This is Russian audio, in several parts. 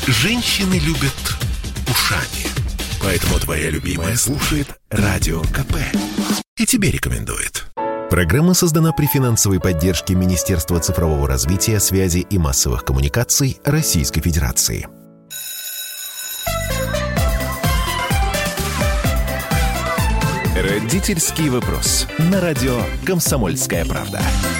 Женщины любят ушами. Поэтому твоя любимая слушает Радио КП. И тебе рекомендует. Программа создана при финансовой поддержке Министерства цифрового развития, связи и массовых коммуникаций Российской Федерации. Родительский вопрос. На радио «Комсомольская правда».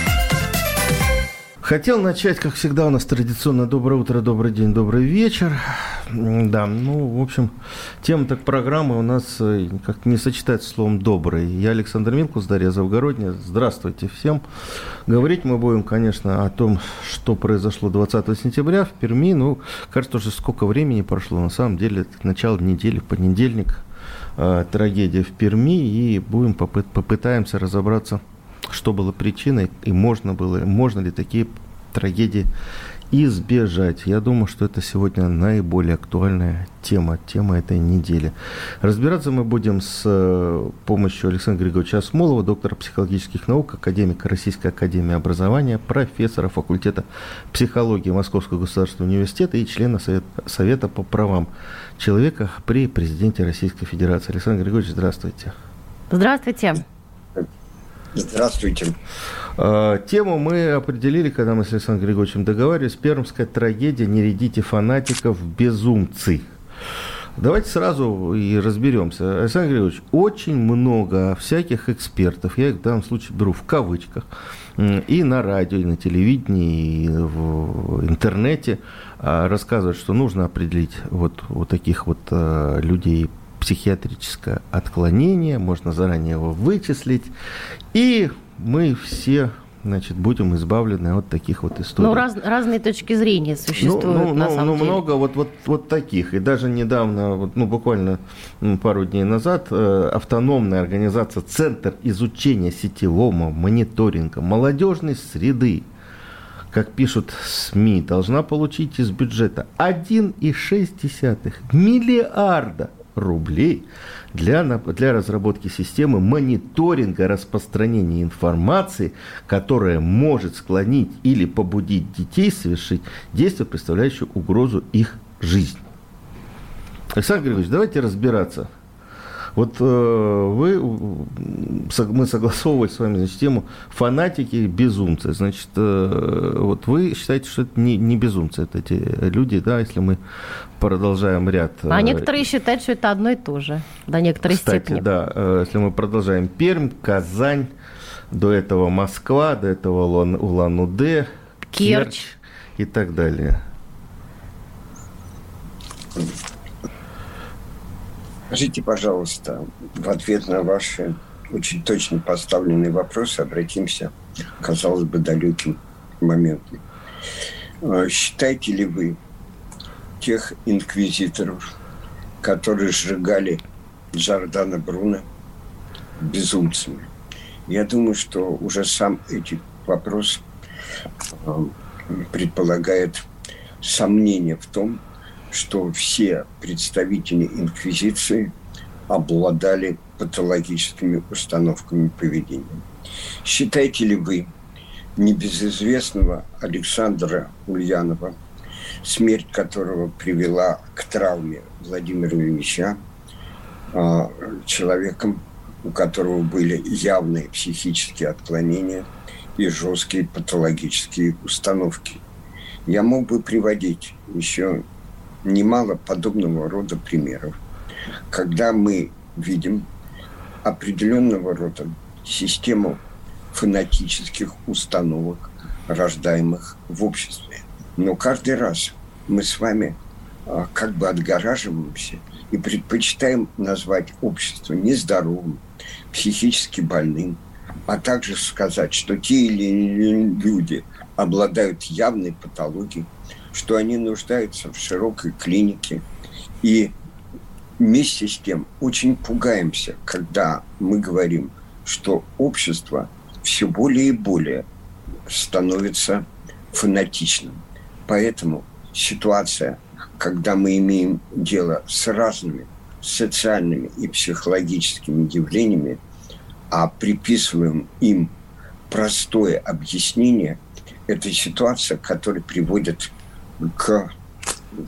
Хотел начать, как всегда, у нас традиционно доброе утро, добрый день, добрый вечер. Да, в общем, тема так программы у нас как не сочетается с словом «добрый». Я Александр Милкус, Дарья Завгородняя. Здравствуйте всем. Говорить мы будем, конечно, о том, что произошло 20 сентября в Перми. Кажется, уже сколько времени прошло. На самом деле, это начало недели, понедельник. Трагедия в Перми. И попытаемся разобраться, что было причиной и можно ли такие трагедии избежать. Я думаю, что это сегодня наиболее актуальная тема этой недели. Разбираться мы будем с помощью Александра Григорьевича Асмолова, доктора психологических наук, академика Российской академии образования, профессора факультета психологии Московского государственного университета и члена Совета по правам человека при президенте Российской Федерации. Александр Григорьевич, здравствуйте. Здравствуйте. Здравствуйте. Тему мы определили, когда мы с Александром Григорьевичем договаривались. Пермская трагедия «Не рядите фанатиков, безумцы». Давайте сразу и разберемся. Александр Григорьевич, очень много всяких экспертов, я их в данном случае беру в кавычках, и на радио, и на телевидении, и в интернете рассказывают, что нужно определить вот таких вот людей психиатрическое отклонение, можно заранее его вычислить, и мы все, будем избавлены от таких вот историй. Разные точки зрения существуют, на самом деле. Много вот таких. И даже недавно, буквально пару дней назад, автономная организация «Центр изучения сетевого мониторинга молодежной среды», как пишут СМИ, должна получить из бюджета 1,6 миллиарда рублей для разработки системы мониторинга распространения информации, которая может склонить или побудить детей совершить действия, представляющие угрозу их жизни. Александр Григорьевич, давайте разбираться. Мы согласовывали с вами тему фанатики, безумцы. Вы считаете, что это не безумцы, это эти люди, да, если мы продолжаем ряд... А некоторые считают, что это одно и то же, до некоторой степени. Да, если мы продолжаем Пермь, Казань, до этого Москва, до этого Улан-Удэ, Керчь и так далее. Скажите, пожалуйста, в ответ на ваши очень точно поставленные вопросы обратимся, казалось бы, далеким моментом. Считаете ли вы тех инквизиторов, которые сжигали Джордано Бруно, безумцами? Я думаю, что уже сам этот вопрос предполагает сомнение в том, что все представители инквизиции обладали патологическими установками поведения. Считаете ли вы небезызвестного Александра Ульянова, смерть которого привела к травме Владимира Ильича, человеком, у которого были явные психические отклонения и жесткие патологические установки? Я мог бы приводить еще немало подобного рода примеров, когда мы видим определенного рода систему фанатических установок, рождаемых в обществе. Но каждый раз мы с вами отгораживаемся и предпочитаем назвать общество нездоровым, психически больным, а также сказать, что те или иные люди обладают явной патологией, что они нуждаются в широкой клинике. И вместе с тем очень пугаемся, когда мы говорим, что общество все более и более становится фанатичным. Поэтому ситуация, когда мы имеем дело с разными социальными и психологическими явлениями, а приписываем им простое объяснение, это ситуация, которая приводит к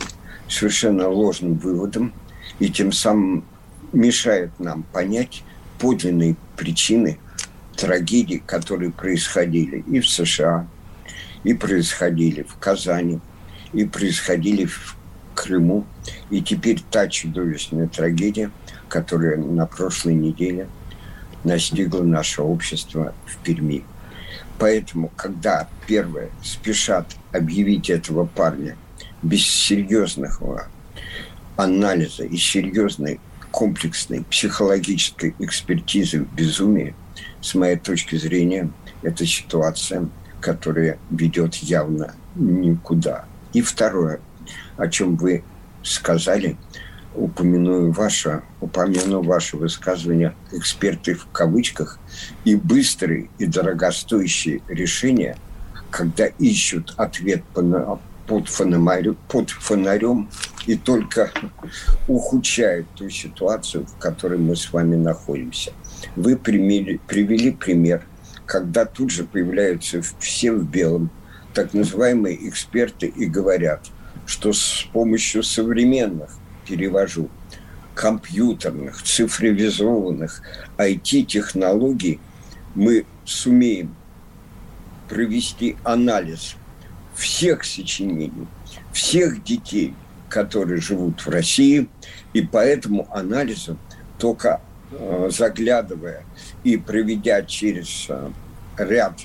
совершенно ложным выводам и тем самым мешает нам понять подлинные причины трагедий, которые происходили и в США, и происходили в Казани, и происходили в Крыму. И теперь та чудовищная трагедия, которая на прошлой неделе настигла наше общество в Перми. Поэтому, когда первые спешат объявить этого парня без серьезного анализа и серьезной комплексной психологической экспертизы в безумии, с моей точки зрения, это ситуация, которая ведет явно никуда. И второе, о чем вы сказали, упомяну ваше высказывание, эксперты в кавычках, и быстрые, и дорогостоящие решения, когда ищут ответ под фонарем и только ухудшают ту ситуацию, в которой мы с вами находимся. Вы привели пример, когда тут же появляются все в белом так называемые эксперты и говорят, что с помощью современных, перевожу, компьютерных, цифровизованных IT-технологий мы сумеем провести анализ всех сочинений, всех детей, которые живут в России, и по этому анализу, только заглядывая и проведя через ряд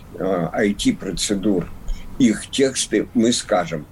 IT-процедур их тексты, мы скажем: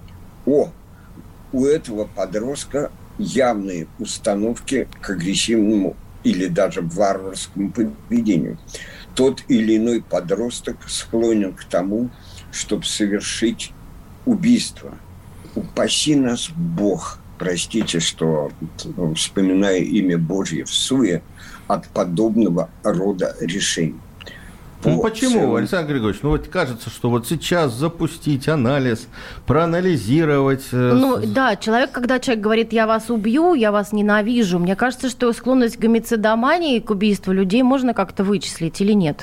у этого подростка явные установки к агрессивному или даже варварскому поведению. Тот или иной подросток склонен к тому, чтобы совершить убийство. Упаси нас Бог, простите, что вспоминаю имя Божье всуе, от подобного рода решений. Почему, Александр Григорьевич? Вот кажется, что вот сейчас запустить анализ, проанализировать... Да, когда человек говорит: я вас убью, я вас ненавижу, мне кажется, что склонность к гомицидомании, к убийству людей можно как-то вычислить или нет?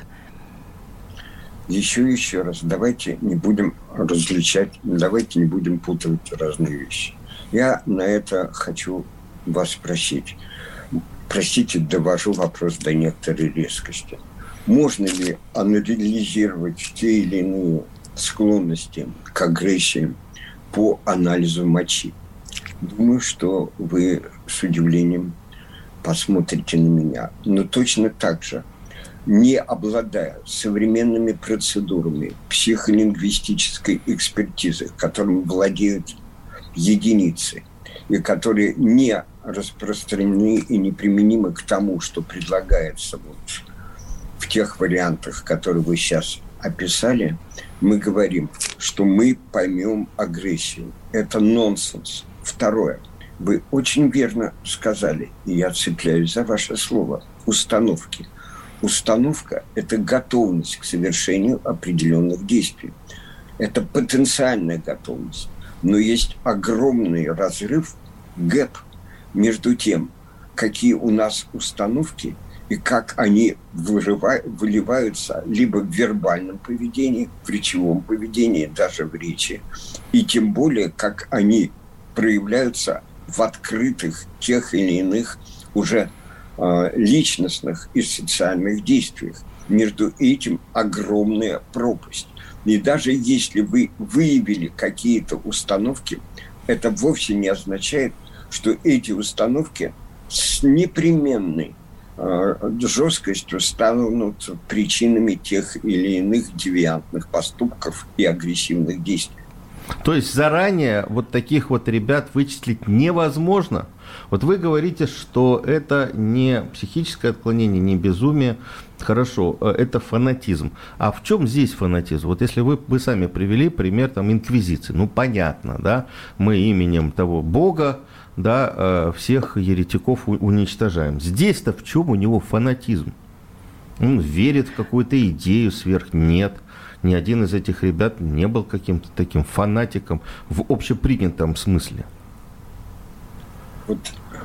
Еще раз, давайте не будем различать, давайте не будем путать разные вещи. Я на это хочу вас спросить. Простите, довожу вопрос до некоторой резкости. Можно ли анализировать те или иные склонности к агрессии по анализу мочи? Думаю, что вы с удивлением посмотрите на меня. Но точно так же, не обладая современными процедурами психолингвистической экспертизы, которыми владеют единицы, и которые не распространены и неприменимы к тому, что предлагается в тех вариантах, которые вы сейчас описали, мы говорим, что мы поймем агрессию. Это нонсенс. Второе. Вы очень верно сказали, и я цепляюсь за ваше слово, установки. Установка – это готовность к совершению определенных действий. Это потенциальная готовность. Но есть огромный разрыв, гэп между тем, какие у нас установки и как они выливаются либо в вербальном поведении, в речевом поведении, даже в речи, и тем более, как они проявляются в открытых тех или иных уже личностных и социальных действиях. Между этим огромная пропасть. И даже если вы выявили какие-то установки, это вовсе не означает, что эти установки с непременной жесткостью станут причинами тех или иных девиантных поступков и агрессивных действий. То есть заранее вот таких вот ребят вычислить невозможно? Вот вы говорите, что это не психическое отклонение, не безумие. Хорошо, это фанатизм. А в чем здесь фанатизм? Вот если вы сами привели пример там инквизиции. Ну, понятно, да? Мы именем того Бога, да, всех еретиков уничтожаем. Здесь-то в чем у него фанатизм? Он верит в какую-то идею сверх. Нет. Ни один из этих ребят не был каким-то таким фанатиком в общепринятом смысле. Вот,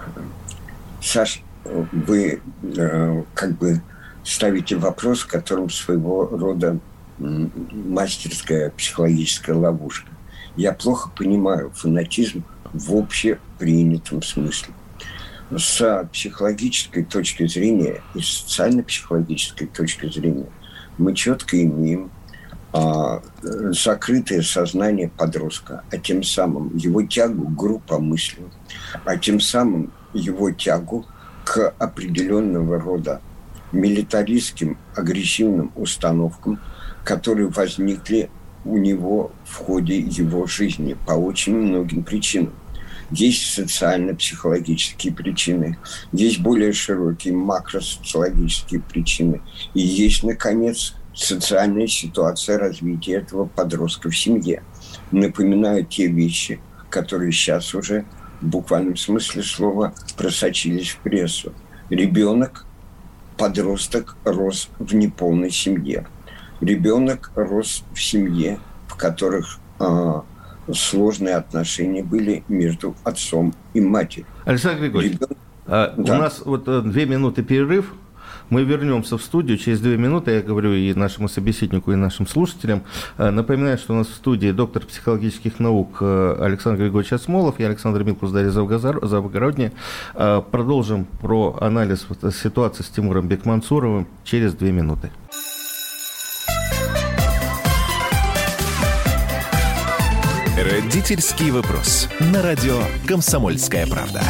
Саш, вы как бы ставите вопрос, в котором своего рода мастерская психологическая ловушка. Я плохо понимаю фанатизм в общепринятом смысле. С психологической точки зрения и социально-психологической точки зрения мы четко имеем закрытое сознание подростка, а тем самым его тягу к группомыслию, а тем самым его тягу к определенного рода милитаристским, агрессивным установкам, которые возникли у него в ходе его жизни по очень многим причинам. Есть социально-психологические причины, есть более широкие макросоциологические причины, и есть, наконец, социальная ситуация развития этого подростка в семье. Напоминаю те вещи, которые сейчас уже в буквальном смысле слова просочились в прессу. Ребенок, подросток рос в неполной семье. Ребенок рос в семье, в которых сложные отношения были между отцом и матерью. Александр Григорьевич, у нас 2 минуты перерыв. Мы вернемся в студию через 2 минуты. Я говорю и нашему собеседнику, и нашим слушателям. Напоминаю, что у нас в студии доктор психологических наук Александр Григорьевич Асмолов, я Александр Милкус, Дарья Завгородняя. Продолжим про анализ ситуации с Тимуром Бекмансуровым через 2 минуты. Родительский вопрос. На радио «Комсомольская правда».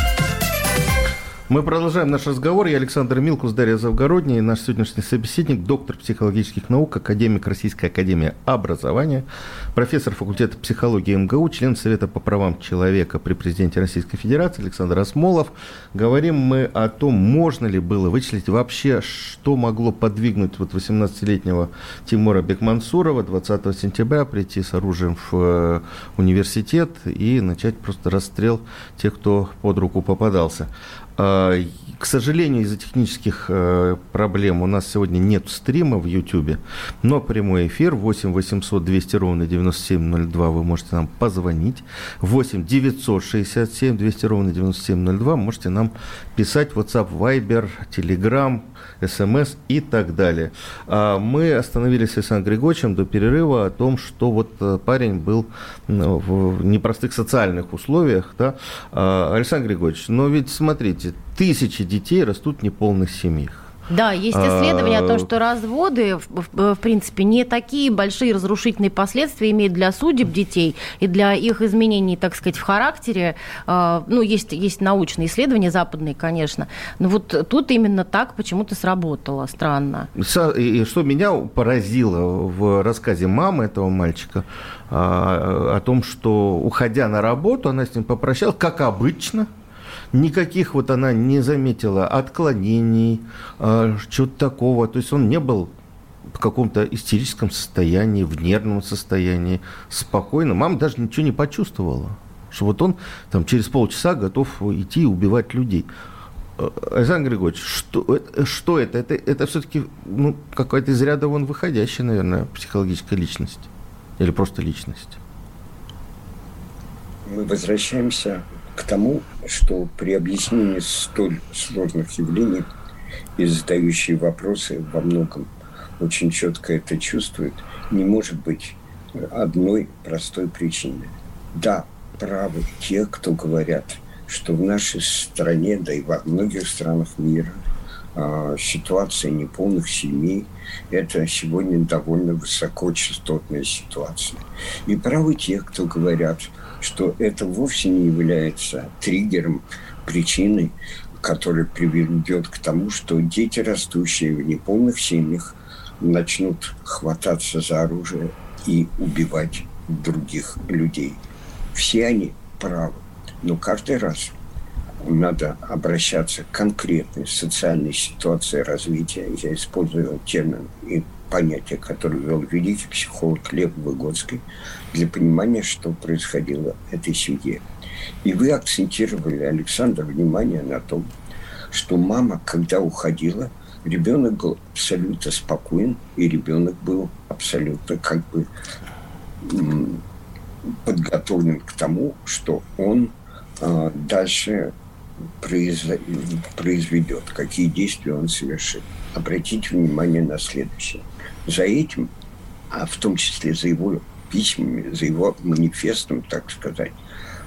Мы продолжаем наш разговор. Я Александр Милкус, Дарья Завгородняя, и наш сегодняшний собеседник, доктор психологических наук, академик Российской академии образования, профессор факультета психологии МГУ, член Совета по правам человека при президенте Российской Федерации Александр Асмолов. Говорим мы о том, можно ли было вычислить вообще, что могло подвигнуть 18-летнего Тимура Бекмансурова 20 сентября прийти с оружием в университет и начать просто расстрел тех, кто под руку попадался. К сожалению, из-за технических проблем у нас сегодня нет стрима в YouTube, но прямой эфир 8 800 200 ровно 9702 вы можете нам позвонить. 8 967 200 ровно 9702 можете нам писать WhatsApp, Viber, Telegram, СМС и так далее. Мы остановились с Александром Григорьевичем до перерыва о том, что парень был в непростых социальных условиях. Да? Александр Григорьевич, но ведь смотрите, тысячи детей растут в неполных семьях. Да, есть исследования о том, что разводы, в принципе, не такие большие разрушительные последствия имеют для судеб детей и для их изменений, так сказать, в характере. Есть научные исследования, западные, конечно, но вот тут именно так почему-то сработало. Странно. И что меня поразило в рассказе мамы этого мальчика, о том, что, уходя на работу, она с ним попрощалась, как обычно. Никаких она не заметила отклонений, чего-то такого. То есть он не был в каком-то истерическом состоянии, в нервном состоянии, спокойно. Мама даже ничего не почувствовала, что он через полчаса готов идти и убивать людей. Александр Григорьевич, что это? Это все-таки какая-то из ряда вон выходящая, наверное, психологическая личность. Или просто личность. Мы возвращаемся к тому, что при объяснении столь сложных явлений и задающие вопросы во многом очень четко это чувствуют, не может быть одной простой причины. Да, правы те, кто говорят, что в нашей стране, да и во многих странах мира, ситуация неполных семей – это сегодня довольно высокочастотная ситуация. И правы те, кто говорят, что это вовсе не является триггером, причиной, которая приведет к тому, что дети, растущие в неполных семьях, начнут хвататься за оружие и убивать других людей. Все они правы, но каждый раз надо обращаться к конкретной социальной ситуации развития. Я использую термин и понятие, которое ввел великий психолог Лев Выгодский, для понимания, что происходило в этой семье. И вы акцентировали, Александр, внимание на том, что мама, когда уходила, ребенок был абсолютно спокоен, и ребенок был абсолютно подготовлен к тому, что он дальше произведет, какие действия он совершит. Обратите внимание на следующее. За этим, а в том числе за его письмами, за его манифестом, так сказать,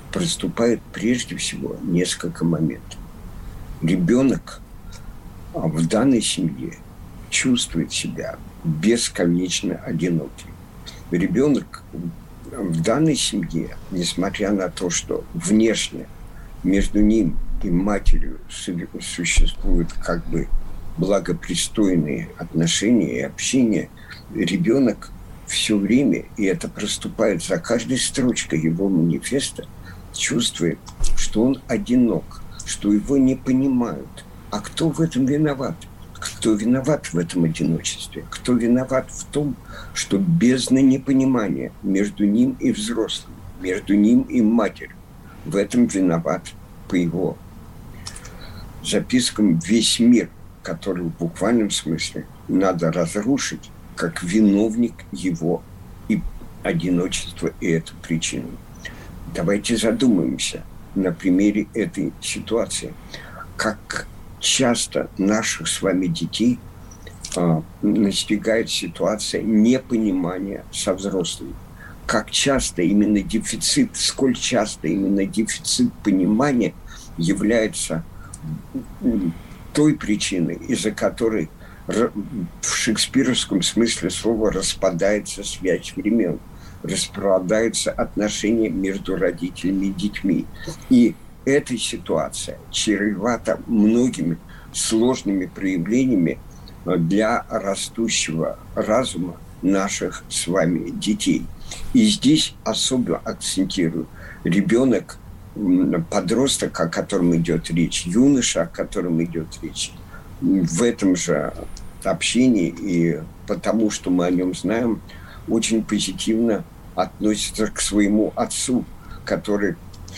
проступает прежде всего несколько моментов. Ребенок в данной семье чувствует себя бесконечно одиноким. Ребенок в данной семье, несмотря на то, что внешне между ним и матерью существуют как бы благопристойные отношения и общение, ребенок все время, и это проступает за каждой строчкой его манифеста, чувствует, что он одинок, что его не понимают. А кто в этом виноват? Кто виноват в этом одиночестве? Кто виноват в том, что бездна непонимания между ним и взрослым, между ним и матерью? В этом виноват, по его запискам, весь мир, который в буквальном смысле надо разрушить, как виновник его и одиночества, и эту причину. Давайте задумаемся на примере этой ситуации. Как часто наших с вами детей настигает ситуация непонимания со взрослыми. Как часто именно дефицит, сколь часто именно дефицит понимания является той причиной, из-за которой в шекспировском смысле слова распадается связь времен, распадаются отношения между родителями и детьми. И эта ситуация чревата многими сложными проявлениями для растущего разума наших с вами детей. И здесь особо акцентирую ребенок, подросток, о котором идет речь, юноша, о котором идет речь, в этом же общении и потому, что мы о нем знаем, очень позитивно относится к своему отцу, который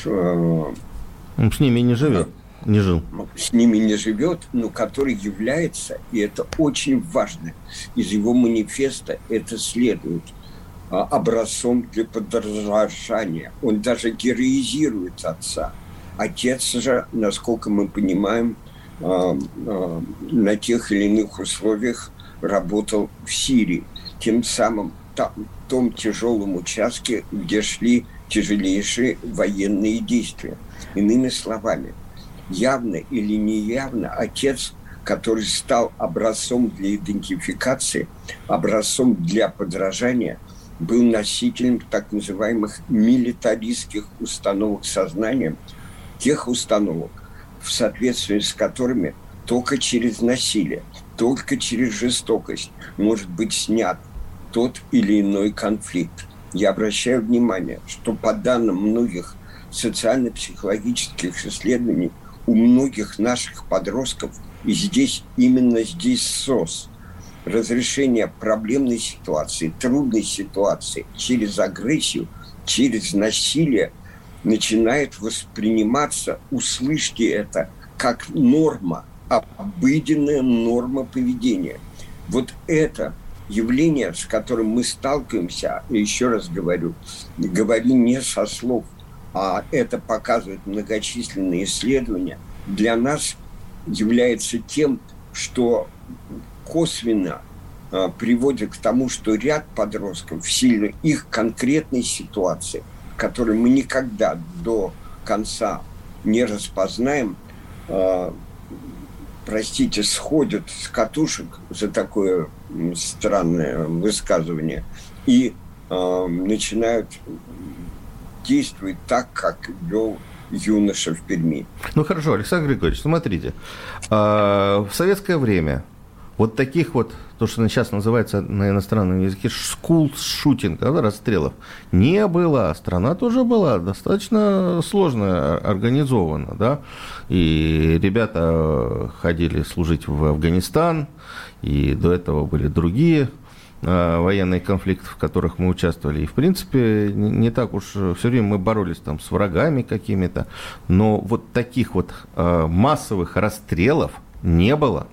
с ними не живет, не жил. С ними не живет, но который является, и это очень важно, из его манифеста это следует, образцом для подражания. Он даже героизирует отца. Отец же, насколько мы понимаем, на тех или иных условиях работал в Сирии. Тем самым в том тяжелом участке, где шли тяжелейшие военные действия. Иными словами, явно или неявно отец, который стал образцом для идентификации, образцом для подражания, был носителем так называемых милитаристских установок сознания, тех установок, в соответствии с которыми только через насилие, только через жестокость может быть снят тот или иной конфликт. Я обращаю внимание, что по данным многих социально-психологических исследований у многих наших подростков и именно здесь СОС. Разрешение проблемной ситуации, трудной ситуации через агрессию, через насилие начинает восприниматься, услышьте это, как норма, обыденная норма поведения. Вот это явление, с которым мы сталкиваемся, еще раз говорю не со слов, а это показывают многочисленные исследования, для нас является тем, что косвенно приводит к тому, что ряд подростков в силу их конкретной ситуации, которую мы никогда до конца не распознаем, сходят с катушек за такое странное высказывание и начинают действовать так, как вел юноша в Перми. Ну хорошо, Александр Григорьевич, смотрите, в советское время вот таких вот, то, что сейчас называется на иностранном языке скул-шутинг, расстрелов, не было. Страна тоже была достаточно сложно организована, да, и ребята ходили служить в Афганистан, и до этого были другие военные конфликты, в которых мы участвовали. И, в принципе, не так уж все время мы боролись там с врагами какими-то, но вот таких вот массовых расстрелов не было.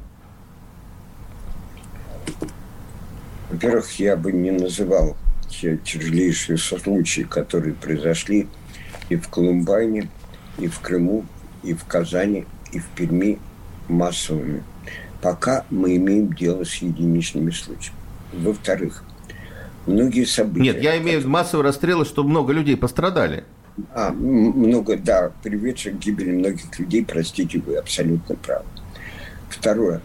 Во-первых, я бы не называл те тяжелейшие случаи, которые произошли и в Колумбайне, и в Крыму, и в Казани, и в Перми массовыми. Пока мы имеем дело с единичными случаями. Во-вторых, многие события... Нет, я имею в виду массовые расстрелы, что много людей пострадали. приведших к гибели многих людей, простите, вы абсолютно правы. Второе.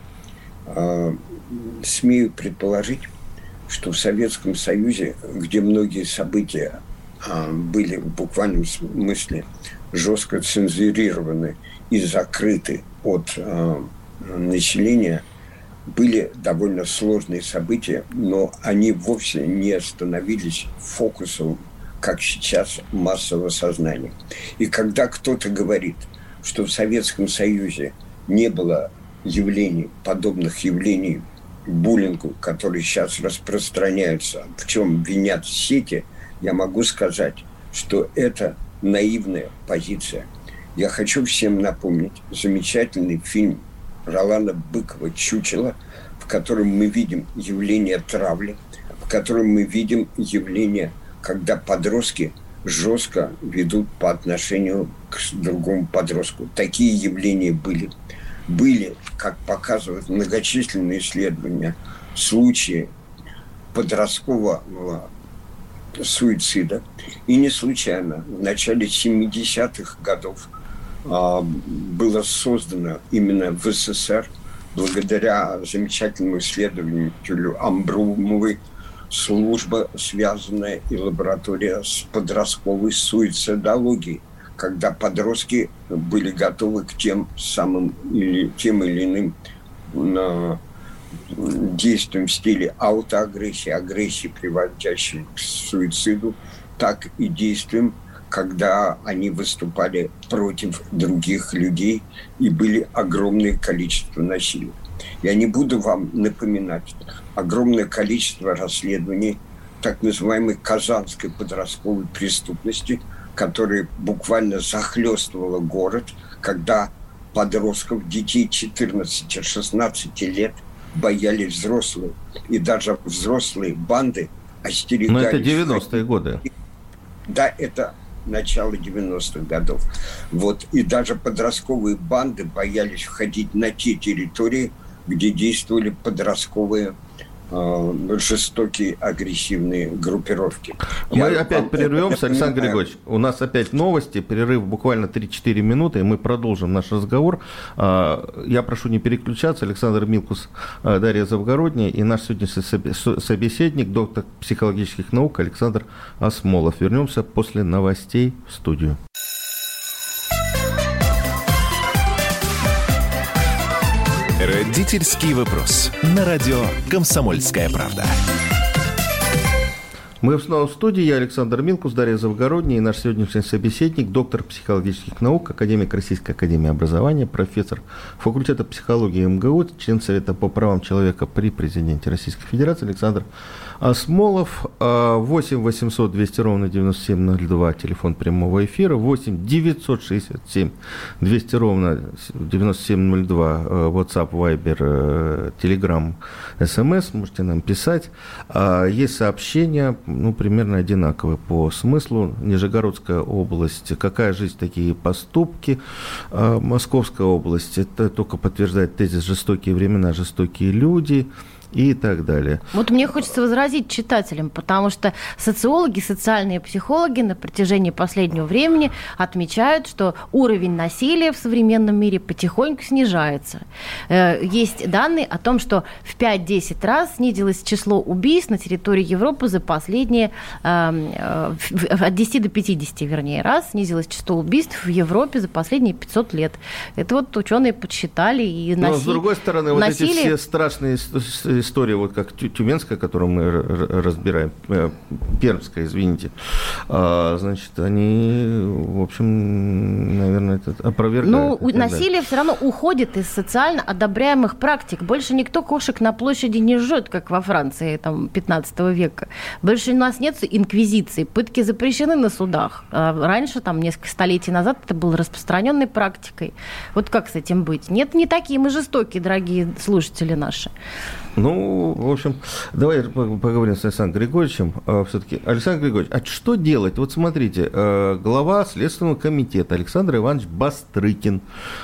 Смею предположить, что в Советском Союзе, где многие события были в буквальном смысле жестко цензурированы и закрыты от населения, были довольно сложные события, но они вовсе не становились фокусом, как сейчас, массового сознания. И когда кто-то говорит, что в Советском Союзе не было подобных явлений буллингу, которые сейчас распространяются, в чем винят сети, я могу сказать, что это наивная позиция. Я хочу всем напомнить замечательный фильм Ролана Быкова «Чучело», в котором мы видим явление травли, в котором мы видим явление, когда подростки жестко ведут по отношению к другому подростку. Такие явления были. Были, как показывают многочисленные исследования, случаи подросткового суицида. И не случайно в начале 70-х годов было создано именно в СССР, благодаря замечательному исследователю Амбрумовой, служба, связанная и лаборатория с подростковой суицидологией, когда подростки были готовы к тем или иным действиям в стиле аутоагрессии, агрессии, приводящей к суициду, так и действиям, когда они выступали против других людей, и были огромное количество насилия. Я не буду вам напоминать огромное количество расследований так называемой казанской подростковой преступности, которая буквально захлестывала город, когда подростков, детей 14-16 лет боялись взрослые. И даже взрослые банды остерегались. Но это 90-е годы. Да, это начало 90-х годов. И даже подростковые банды боялись входить на те территории, где действовали подростковые жестокие, агрессивные группировки. Мы опять прервемся, Александр Григорьевич. У нас опять новости, перерыв буквально 3-4 минуты, и мы продолжим наш разговор. Я прошу не переключаться. Александр Милкус, Дарья Завгородняя и наш сегодняшний собеседник, доктор психологических наук Александр Асмолов. Вернемся после новостей в студию. Родительский вопрос. На радио «Комсомольская правда». Мы снова в студии. Я Александр Милкус, Дарья Завгородняя и наш сегодняшний собеседник, доктор психологических наук, академик Российской академии образования, профессор факультета психологии МГУ, член Совета по правам человека при президенте Российской Федерации Александр Асмолов. 8 800 200 ровно 9702, телефон прямого эфира, 8 967 200 ровно 9702, WhatsApp, Viber, Telegram, SMS, можете нам писать. Есть сообщения, примерно одинаковые по смыслу. Нижегородская область, какая жизнь, такие поступки. Московская область, это только подтверждает тезис «жестокие времена, жестокие люди». И так далее. Мне хочется возразить читателям, потому что социологи, социальные психологи на протяжении последнего времени отмечают, что уровень насилия в современном мире потихоньку снижается. Есть данные о том, что в 5-10 раз снизилось число убийств на территории Европы за последние, от 10 до 50, раз снизилось число убийств в Европе за последние 500 лет. Это ученые подсчитали. И Но, с другой стороны, эти все страшные история, как Тюменская, которую мы разбираем, Пермская, извините, значит, они, в общем, наверное, это опровергают. Насилие все равно уходит из социально одобряемых практик. Больше никто кошек на площади не жжет, как во Франции 15 века. Больше у нас нет инквизиции. Пытки запрещены на судах. Раньше, несколько столетий назад, это было распространенной практикой. Как с этим быть? Нет, не такие мы жестокие, дорогие слушатели наши. Ну, в общем, давай поговорим с Александром Григорьевичем. Все-таки, Александр Григорьевич, а что делать? Вот смотрите, глава Следственного комитета Александр Иванович Бастрыкин,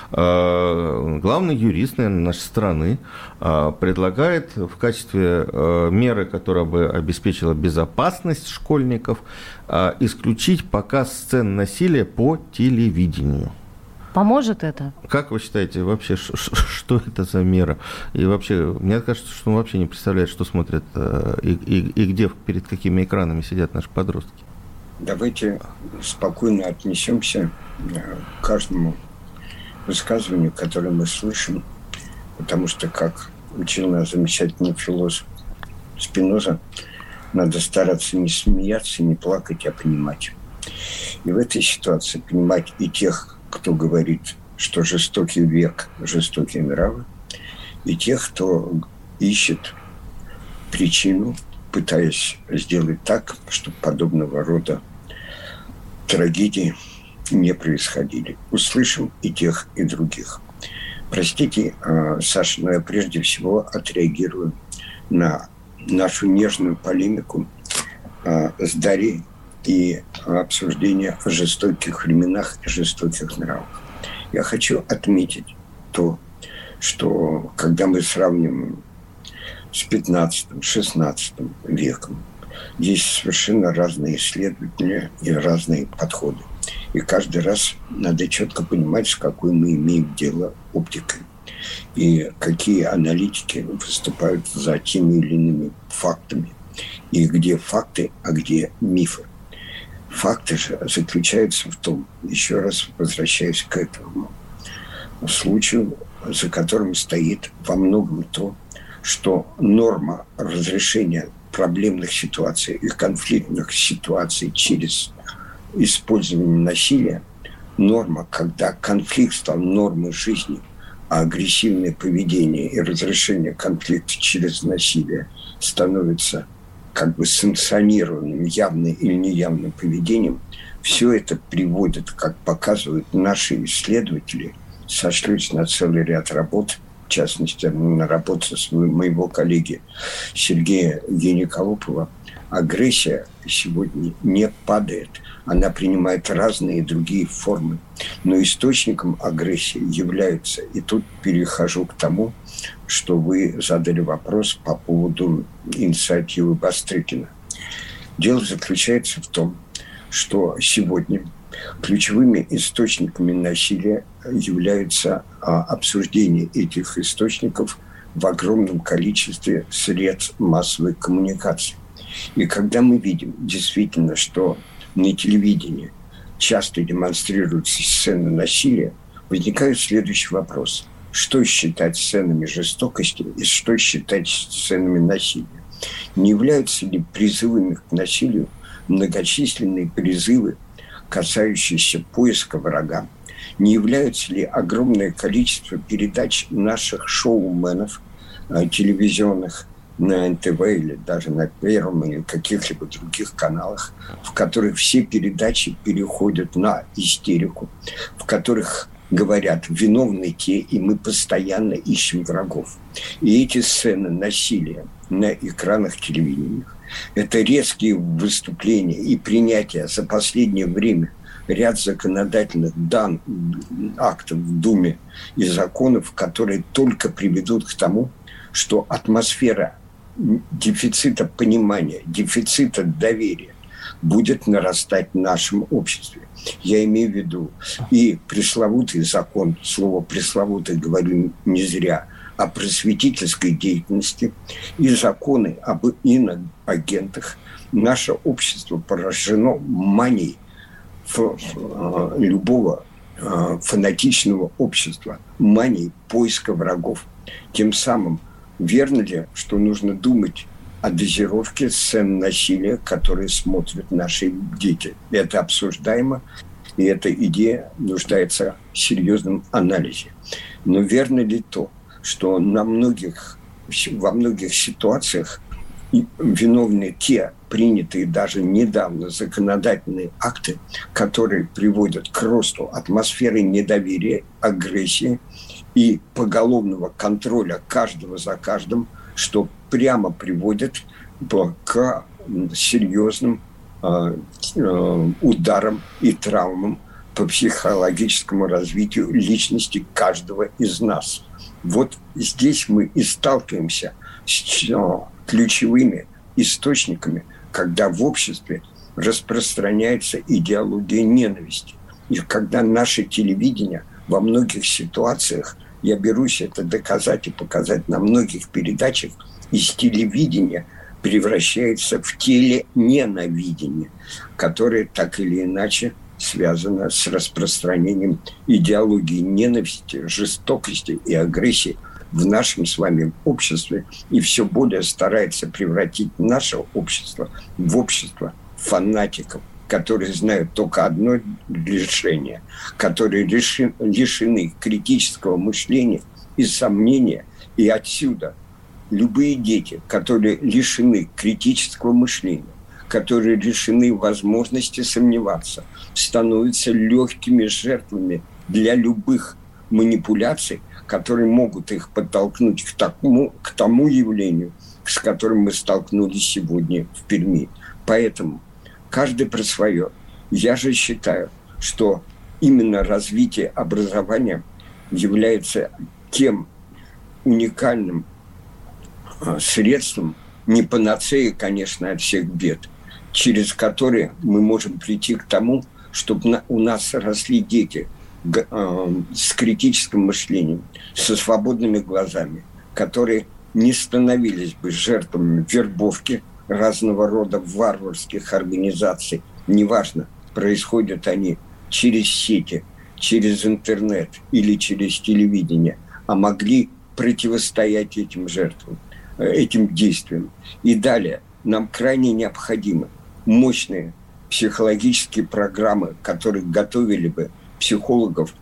главный юрист, наверное, нашей страны, предлагает в качестве меры, которая бы обеспечила безопасность школьников, исключить показ сцен насилия по телевидению. Поможет это? Как вы считаете, вообще, что это за мера? И вообще, мне кажется, что он вообще не представляет, что смотрят и где, перед какими экранами сидят наши подростки. Давайте спокойно отнесемся к каждому высказыванию, которое мы слышим, потому что, как учил нас замечательный философ Спиноза, надо стараться не смеяться, не плакать, а понимать. И в этой ситуации понимать и тех, кто говорит, что жестокий век, жестокие нравы, и тех, кто ищет причину, пытаясь сделать так, чтобы подобного рода трагедии не происходили. Услышим и тех, и других. Простите, Саша, но я прежде всего отреагирую на нашу нежную полемику с Дарьей и обсуждение о жестоких временах и жестоких нравах. Я хочу отметить то, что когда мы сравниваем с 15-16 веком, есть совершенно разные исследования и разные подходы. И каждый раз надо четко понимать, с какой мы имеем дело оптикой. И какие аналитики выступают за теми или иными фактами. И где факты, а где мифы. Факты же заключаются в том, еще раз возвращаясь к этому случаю, за которым стоит во многом то, что норма разрешения проблемных ситуаций и конфликтных ситуаций через использование насилия, норма, когда конфликт стал нормой жизни, а агрессивное поведение и разрешение конфликта через насилие становится как бы санкционированным явным или неявным поведением, все это приводит, как показывают наши исследователи, сошлюсь на целый ряд работ, в частности, на работу моего коллеги Сергея Гениколопова, агрессия сегодня не падает, она принимает разные другие формы. Но источником агрессии является, и тут перехожу к тому, что вы задали вопрос по поводу инициативы Бастрыкина. Дело заключается в том, что сегодня ключевыми источниками насилия являются обсуждение этих источников в огромном количестве средств массовой коммуникации. И когда мы видим действительно, что на телевидении часто демонстрируются сцены насилия, возникает следующий вопрос. Что считать сценами жестокости и что считать сценами насилия? Не являются ли призывами к насилию многочисленные призывы, касающиеся поиска врага? Не являются ли огромное количество передач наших шоуменов телевизионных на НТВ или даже на Первом или каких-либо других каналах, в которых все передачи переходят на истерику, в которых говорят, виновны те, и мы постоянно ищем врагов. И эти сцены насилия на экранах телевидения – это резкие выступления и принятие за последнее время ряд законодательных актов в Думе и законов, которые только приведут к тому, что атмосфера дефицита понимания, дефицита доверия будет нарастать в нашем обществе. Я имею в виду и пресловутый закон, слово «пресловутый» говорю не зря, о просветительской деятельности, и законы об иноагентах. Наше общество поражено манией любого фанатичного общества, манией поиска врагов. Тем самым верно ли, что нужно думать о дозировке сцен насилия, которые смотрят наши дети? Это обсуждаемо, и эта идея нуждается в серьезном анализе. Но верно ли то, что во многих ситуациях виновны те принятые даже недавно законодательные акты, которые приводят к росту атмосферы недоверия, агрессии и поголовного контроля каждого за каждым что прямо приводит к серьезным ударам и травмам по психологическому развитию личности каждого из нас. Вот здесь мы и сталкиваемся с ключевыми источниками, когда в обществе распространяется идеология ненависти. И когда наше телевидение во многих ситуациях, я берусь это доказать и показать на многих передачах, из телевидения превращается в телененавидение, которое так или иначе связано с распространением идеологии ненависти, жестокости и агрессии в нашем с вами обществе, и все более старается превратить наше общество в общество фанатиков, которые знают только одно решение, которые лишены критического мышления и сомнения. И отсюда любые дети, которые лишены критического мышления, которые лишены возможности сомневаться, становятся легкими жертвами для любых манипуляций, которые могут их подтолкнуть к тому явлению, с которым мы столкнулись сегодня в Перми. Поэтому каждый про свое. Я же считаю, что именно развитие образования является тем уникальным средством, не панацеей, конечно, от всех бед, через которые мы можем прийти к тому, чтобы у нас росли дети с критическим мышлением, со свободными глазами, которые не становились бы жертвами вербовки разного рода варварских организаций. Неважно, происходят они через сети, через интернет или через телевидение, а могли противостоять этим жертвам, этим действиям. И далее нам крайне необходимы мощные психологические программы, которые готовили бы психологов,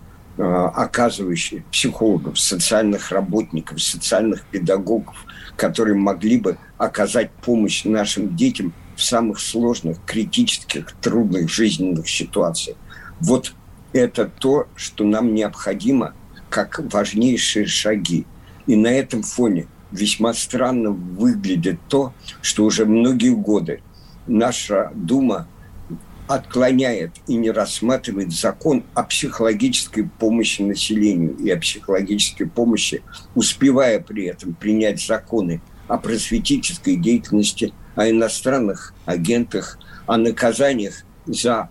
психологов, социальных работников, социальных педагогов, которые могли бы оказать помощь нашим детям в самых сложных, критических, трудных жизненных ситуациях. Вот это то, что нам необходимо как важнейшие шаги. И на этом фоне весьма странно выглядит то, что уже многие годы наша Дума отклоняет и не рассматривает закон о психологической помощи населению и о психологической помощи, успевая при этом принять законы о просветительской деятельности, о иностранных агентах, о наказаниях за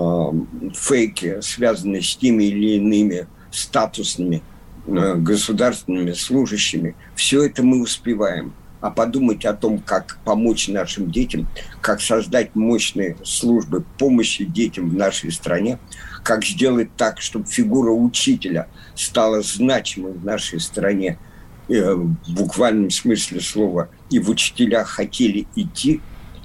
фейки, связанные с теми или иными статусными государственными служащими. Все это мы успеваем. А подумать о том, как помочь нашим детям, как создать мощные службы помощи детям в нашей стране, как сделать так, чтобы фигура учителя стала значимой в нашей стране, в буквальном смысле слова, и в учителя хотели идти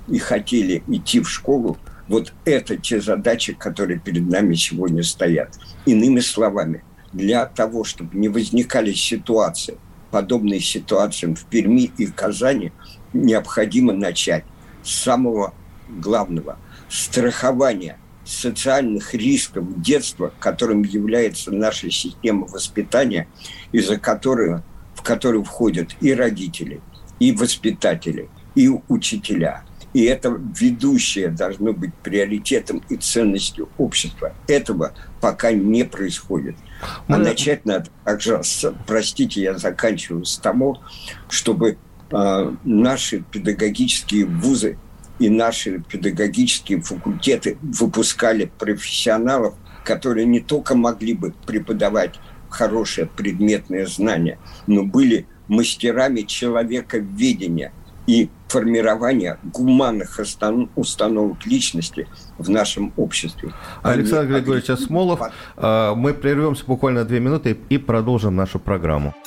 в школу. Вот это те задачи, которые перед нами сегодня стоят. Иными словами, для того, чтобы не возникали ситуации, подобные ситуациям в Перми и Казани, необходимо начать с самого главного – страхования социальных рисков детства, которым является наша система воспитания, в которую входят и родители, и воспитатели, и учителя. И это ведущее должно быть приоритетом и ценностью общества. Этого пока не происходит. А начать надо также, простите, я заканчиваю с того, чтобы наши педагогические вузы и наши педагогические факультеты выпускали профессионалов, которые не только могли бы преподавать хорошее предметное знание, но были мастерами человековедения и формирования гуманных установок личности в нашем обществе. Александр Григорьевич Асмолов, мы прервемся буквально 2 минуты и продолжим нашу программу.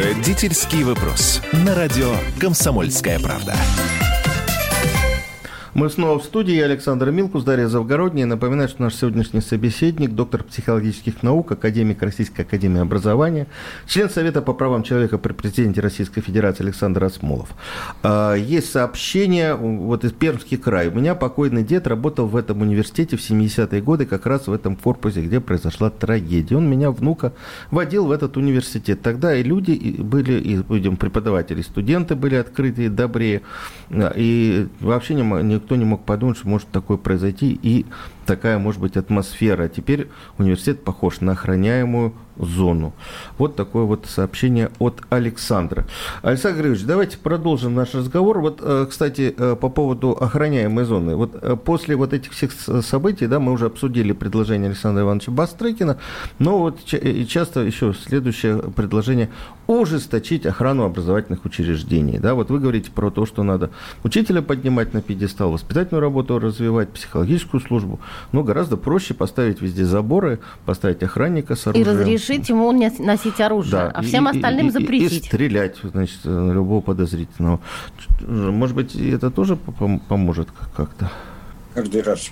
Родительский вопрос. На радио «Комсомольская правда». Мы снова в студии. Я Александр Милкус, Дарья Завгородняя. Напоминаю, что наш сегодняшний собеседник, доктор психологических наук, академик Российской академии образования, член Совета по правам человека при президенте Российской Федерации Александр Асмолов. Есть сообщение вот из Пермский край. У меня покойный дед работал в этом университете в 70-е годы, как раз в этом корпусе, где произошла трагедия. Он меня, внука, водил в этот университет. Тогда и люди были, и преподаватели, и студенты были открытые, добрее. И вообще никто не мог подумать, что может такое произойти, и такая может быть атмосфера. Теперь университет похож на охраняемую зону. Вот такое вот сообщение от Александра. Александр Григорьевич, давайте продолжим наш разговор. Вот, кстати, по поводу охраняемой зоны. Вот после вот этих всех событий, да, мы уже обсудили предложение Александра Ивановича Бастрыкина, но вот часто еще следующее предложение — ужесточить охрану образовательных учреждений. Да, вот вы говорите про то, что надо учителя поднимать на пьедестал, воспитательную работу развивать, психологическую службу. Но гораздо проще поставить везде заборы, поставить охранника с оружием. И разрешить ему носить оружие, да, а всем остальным запретить. И стрелять, значит, на любого подозрительного. Может быть, это тоже поможет как-то? Каждый раз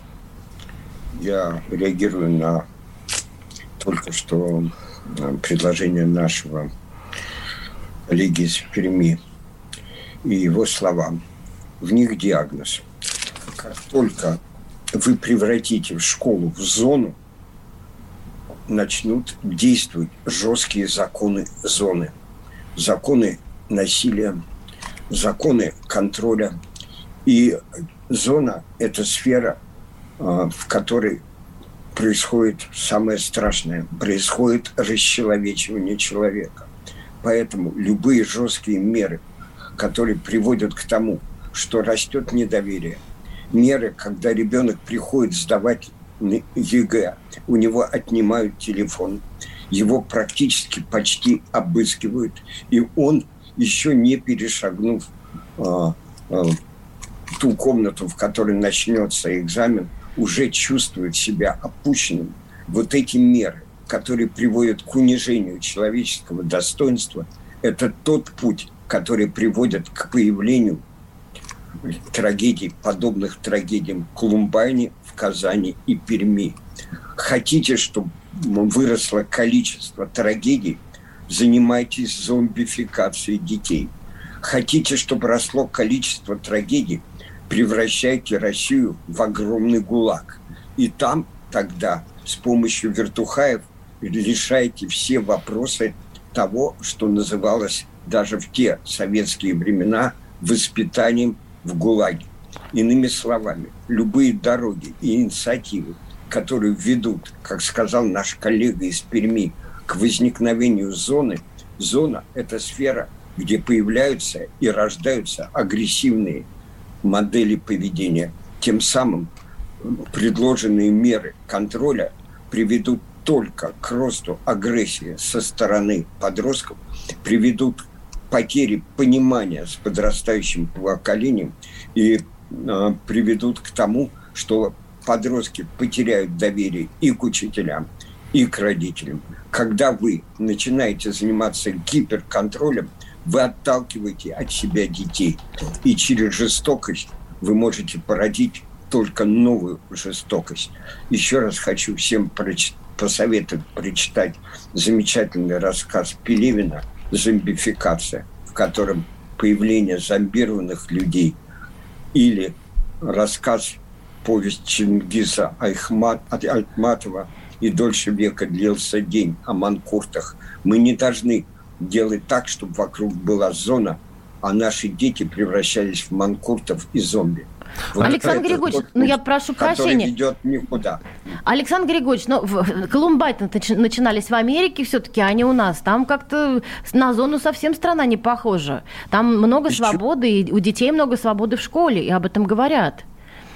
я реагирую на только что предложение нашего коллеги из Перми и его слова. В них диагноз. Как только вы превратите школу в зону, начнут действовать жесткие законы зоны. Законы насилия, законы контроля. И зона – это сфера, в которой происходит самое страшное. Происходит расчеловечивание человека. Поэтому любые жесткие меры, которые приводят к тому, что растет недоверие, меры, когда ребенок приходит сдавать ЕГЭ, у него отнимают телефон, его практически почти обыскивают, и он, еще не перешагнув ту комнату, в которой начнется экзамен, уже чувствует себя опущенным. Вот эти меры, которые приводят к унижению человеческого достоинства, это тот путь, который приводит к появлению трагедий, подобных трагедиям в Колумбайне, в Казани и Перми. Хотите, чтобы выросло количество трагедий, занимайтесь зомбификацией детей. Хотите, чтобы росло количество трагедий, превращайте Россию в огромный ГУЛАГ. И там тогда с помощью вертухаев решайте все вопросы того, что называлось даже в те советские времена воспитанием в ГУЛАГе. Иными словами, любые дороги и инициативы, которые ведут, как сказал наш коллега из Перми, к возникновению зоны. Зона – это сфера, где появляются и рождаются агрессивные модели поведения. Тем самым предложенные меры контроля приведут только к росту агрессии со стороны подростков, приведут к потере понимания с подрастающим поколением и приведут к тому, что подростки потеряют доверие и к учителям, и к родителям. Когда вы начинаете заниматься гиперконтролем, вы отталкиваете от себя детей. И через жестокость вы можете породить только новую жестокость. Еще раз хочу всем посоветовать прочитать замечательный рассказ Пелевина «Зомбификация», в котором появление зомбированных людей, или рассказ, повесть Чингиза Айтматова «И дольше века длился день» о манкуртах. Мы не должны делать так, чтобы вокруг была зона, а наши дети превращались в манкуртов и зомби. Вот Александр Григорьевич, я прошу прощения. Ведет никуда. Александр Григорьевич, Колумбайн начинались в Америке все-таки, а не у нас. Там как-то на зону совсем страна не похожа. Там много свободы, и у детей много свободы в школе, и об этом говорят.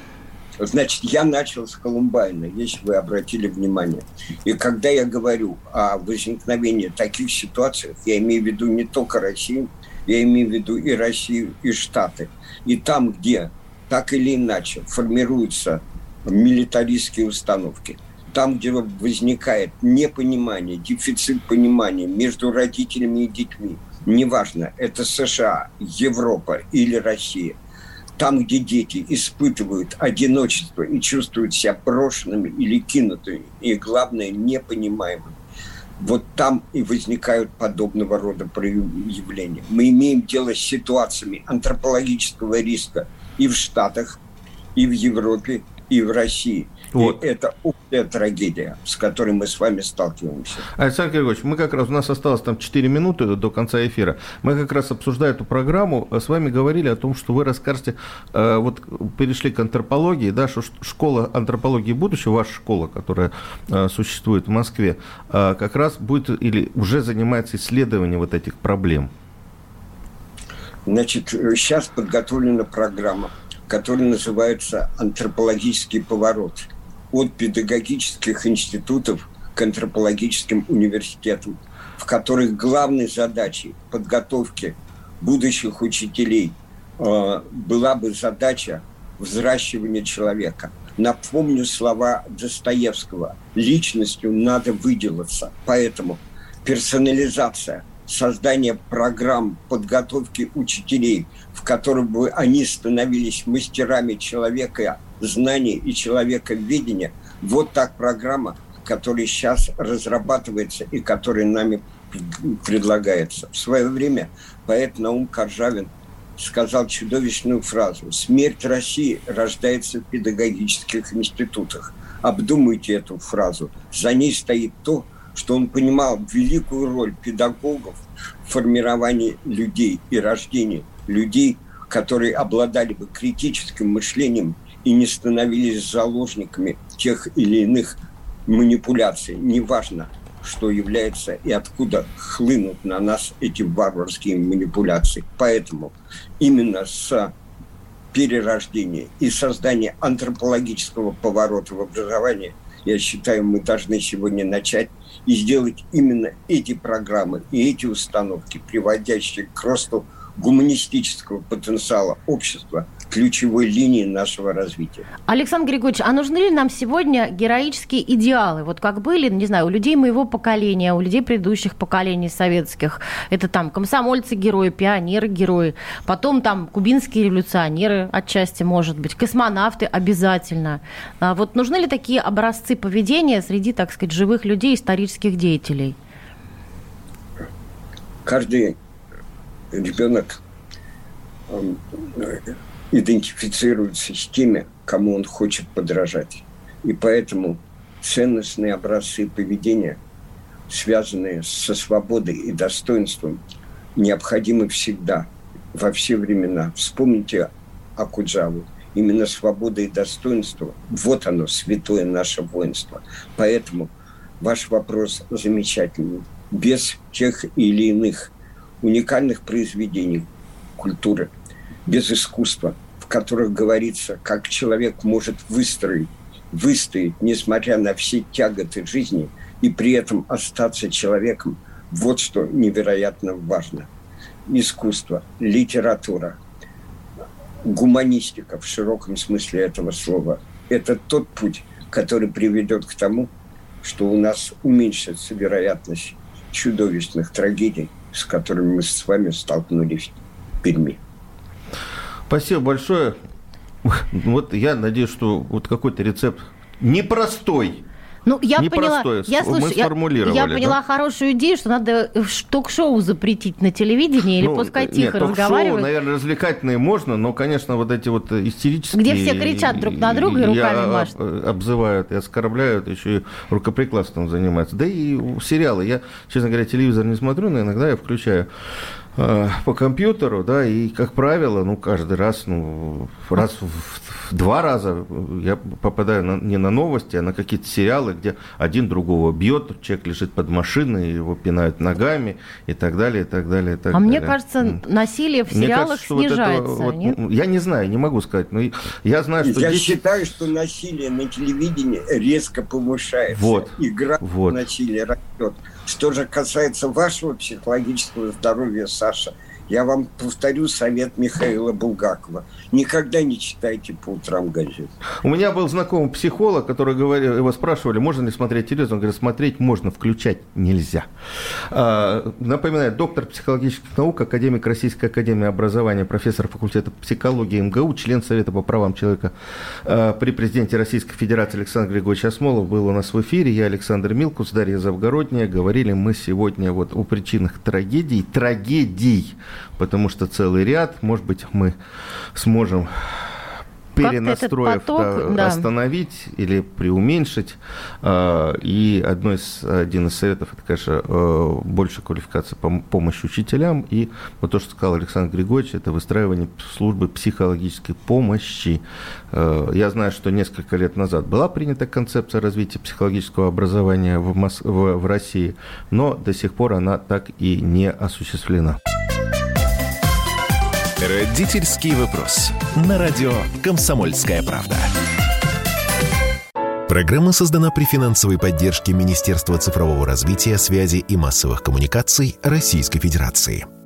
Значит, я начал с Колумбайна, если вы обратили внимание. И когда я говорю о возникновении таких ситуаций, я имею в виду не только Россию, я имею в виду и Россию, и Штаты. И там, где так или иначе формируются милитаристские установки, там, где возникает непонимание, дефицит понимания между родителями и детьми, неважно, это США, Европа или Россия, Там, где дети испытывают одиночество и чувствуют себя брошенными или кинутыми, и, главное, непонимаемыми, вот там и возникают подобного рода проявления. Мы имеем дело с ситуациями антропологического риска и в Штатах, и в Европе, и в России. Вот. И это общая трагедия, с которой мы с вами сталкиваемся. Александр Григорьевич, мы как раз, у нас осталось там 4 минуты до конца эфира, мы как раз, обсуждая эту программу, с вами говорили о том, что вы расскажете, вот перешли к антропологии, да, что школа антропологии будущего, ваша школа, которая существует в Москве, как раз будет или уже занимается исследованием вот этих проблем. Значит, сейчас подготовлена программа, которая называется «Антропологический поворот». От педагогических институтов к антропологическим университетам, в которых главной задачей подготовки будущих учителей была бы задача взращивания человека. Напомню слова Достоевского: «Личностью надо выделаться». Поэтому персонализация, создание программ подготовки учителей, в которых бы они становились мастерами человека знания и человековедения, вот так программа, которая сейчас разрабатывается и которая нами предлагается. В свое время поэт Наум Каржавин сказал чудовищную фразу: «Смерть России рождается в педагогических институтах». Обдумайте эту фразу. За ней стоит то, что он понимал великую роль педагогов в формировании людей и рождении людей, которые обладали бы критическим мышлением и не становились заложниками тех или иных манипуляций. Неважно, что является и откуда хлынут на нас эти варварские манипуляции. Поэтому именно с перерождения и создания антропологического поворота в образовании, я считаю, мы должны сегодня начать и сделать именно эти программы и эти установки, приводящие к росту гуманистического потенциала общества, ключевой линии нашего развития. Александр Григорьевич, а нужны ли нам сегодня героические идеалы? Вот как были, не знаю, у людей моего поколения, у людей предыдущих поколений советских. Это там комсомольцы-герои, пионеры-герои. Потом там кубинские революционеры отчасти, может быть. Космонавты обязательно. А вот нужны ли такие образцы поведения среди, так сказать, живых людей, исторических деятелей? Каждый ребенок идентифицируется с теми, кому он хочет подражать. И поэтому ценностные образцы поведения, связанные со свободой и достоинством, необходимы всегда, во все времена. Вспомните Окуджаву. Именно свобода и достоинство – вот оно, святое наше воинство. Поэтому ваш вопрос замечательный. Без тех или иных уникальных произведений культуры, без искусства, в которых говорится, как человек может выстоять, несмотря на все тяготы жизни, и при этом остаться человеком, вот что невероятно важно. Искусство, литература, гуманистика в широком смысле этого слова – это тот путь, который приведет к тому, что у нас уменьшится вероятность чудовищных трагедий, с которыми мы с вами столкнулись в Перми. Спасибо большое. Вот я надеюсь, что вот какой-то рецепт непростой. Ну, я поняла, я поняла хорошую идею, что надо ток-шоу запретить на телевидении или пускай тихо разговаривать. Ток-шоу, наверное, развлекательные можно, но, конечно, вот эти вот истерические... Где все кричат друг на друга и руками машут. Обзывают и оскорбляют, еще и рукоприкладством занимаются. Да и сериалы. Я, честно говоря, телевизор не смотрю, но иногда я включаю по компьютеру, да, и, как правило, каждый раз, два раза я попадаю не на новости, а на какие-то сериалы, где один другого бьет, человек лежит под машиной, его пинают ногами и так далее, и так далее, и так далее. Мне кажется, насилие в сериалах снижается, нет? Я не знаю, не могу сказать, но я знаю, что... Я считаю, что насилие на телевидении резко повышается. Игра насилия растет. Что же касается вашего психологического здоровья, Саша, Я вам повторю совет Михаила Булгакова. Никогда не читайте по утрам газет. У меня был знакомый психолог, который говорил, его спрашивали, можно ли смотреть телевизор. Он говорит, смотреть можно, включать нельзя. Напоминаю, доктор психологических наук, академик Российской академии образования, профессор факультета психологии МГУ, член Совета по правам человека при президенте Российской Федерации Александр Григорьевич Асмолов был у нас в эфире. Я Александр Милкус, Дарья Завгородняя. Говорили мы сегодня вот о причинах трагедий, потому что целый ряд, может быть, мы сможем, перенастроив, остановить или преуменьшить. И один из советов, это, конечно, больше квалификации помощи учителям. И вот то, что сказал Александр Григорьевич, это выстраивание службы психологической помощи. Я знаю, что несколько лет назад была принята концепция развития психологического образования в России, но до сих пор она так и не осуществлена. Родительский вопрос. На радио «Комсомольская правда». Программа создана при финансовой поддержке Министерства цифрового развития, связи и массовых коммуникаций Российской Федерации.